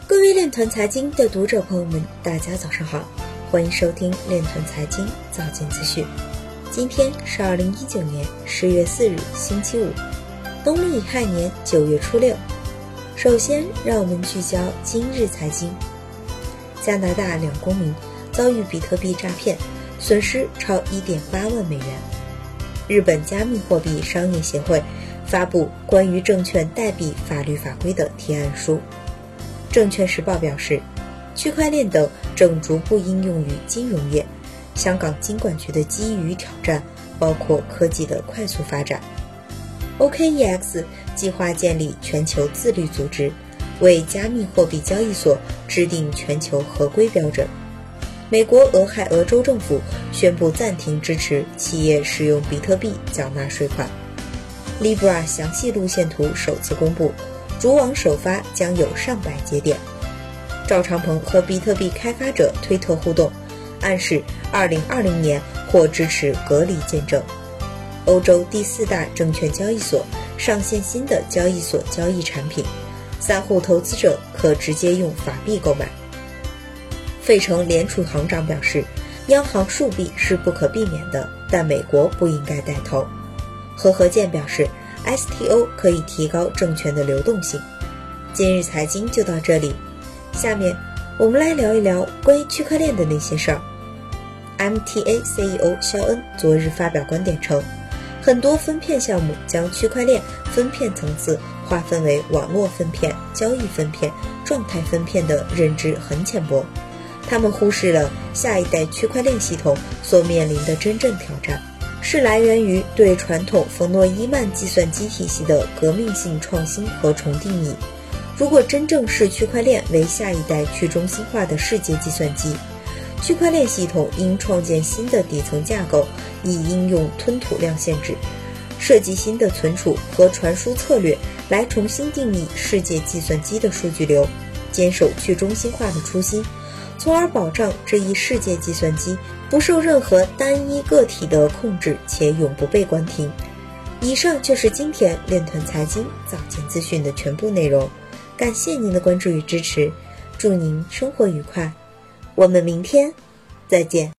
各位链团财经的读者朋友们，大家早上好，欢迎收听链团财经早间资讯。今天是2019年10月4日星期五，农历乙亥年9月初六。首先让我们聚焦今日财经。加拿大2公民遭遇比特币诈骗，损失超1.8万美元。日本加密货币商业协会发布关于证券代币法律法规的提案书。证券时报表示，区块链等正逐步应用于金融业。香港金管局的机遇与挑战包括科技的快速发展。OKEX 计划建立全球自律组织，为加密货币交易所制定全球合规标准。美国俄亥俄州政府宣布暂停支持企业使用比特币缴纳税款。Libra 详细路线图首次公布，主网首发将有上百节点。赵长鹏和比特币开发者推特互动，暗示2020年或支持隔离见证。欧洲第4大证券交易所上线新的交易所交易产品，散户投资者可直接用法币购买。费城联储行长表示，央行树币是不可避免的，但美国不应该带头。何健表示 STO 可以提高证券的流动性。今日财经就到这里，下面我们来聊一聊关于区块链的那些事儿。MTA CEO 肖恩昨日发表观点称，很多分片项目将区块链分片层次划分为网络分片、交易分片、状态分片的认知很浅薄，他们忽视了下一代区块链系统所面临的真正挑战，是来源于对传统冯诺依曼计算机体系的革命性创新和重定义。如果真正视区块链为下一代去中心化的世界计算机，区块链系统应创建新的底层架构，以应用吞吐量限制，设计新的存储和传输策略来重新定义世界计算机的数据流，坚守去中心化的初心，从而保障这一世界计算机不受任何单一个体的控制且永不被关停。以上就是今天链团财经早间资讯的全部内容，感谢您的关注与支持，祝您生活愉快，我们明天再见。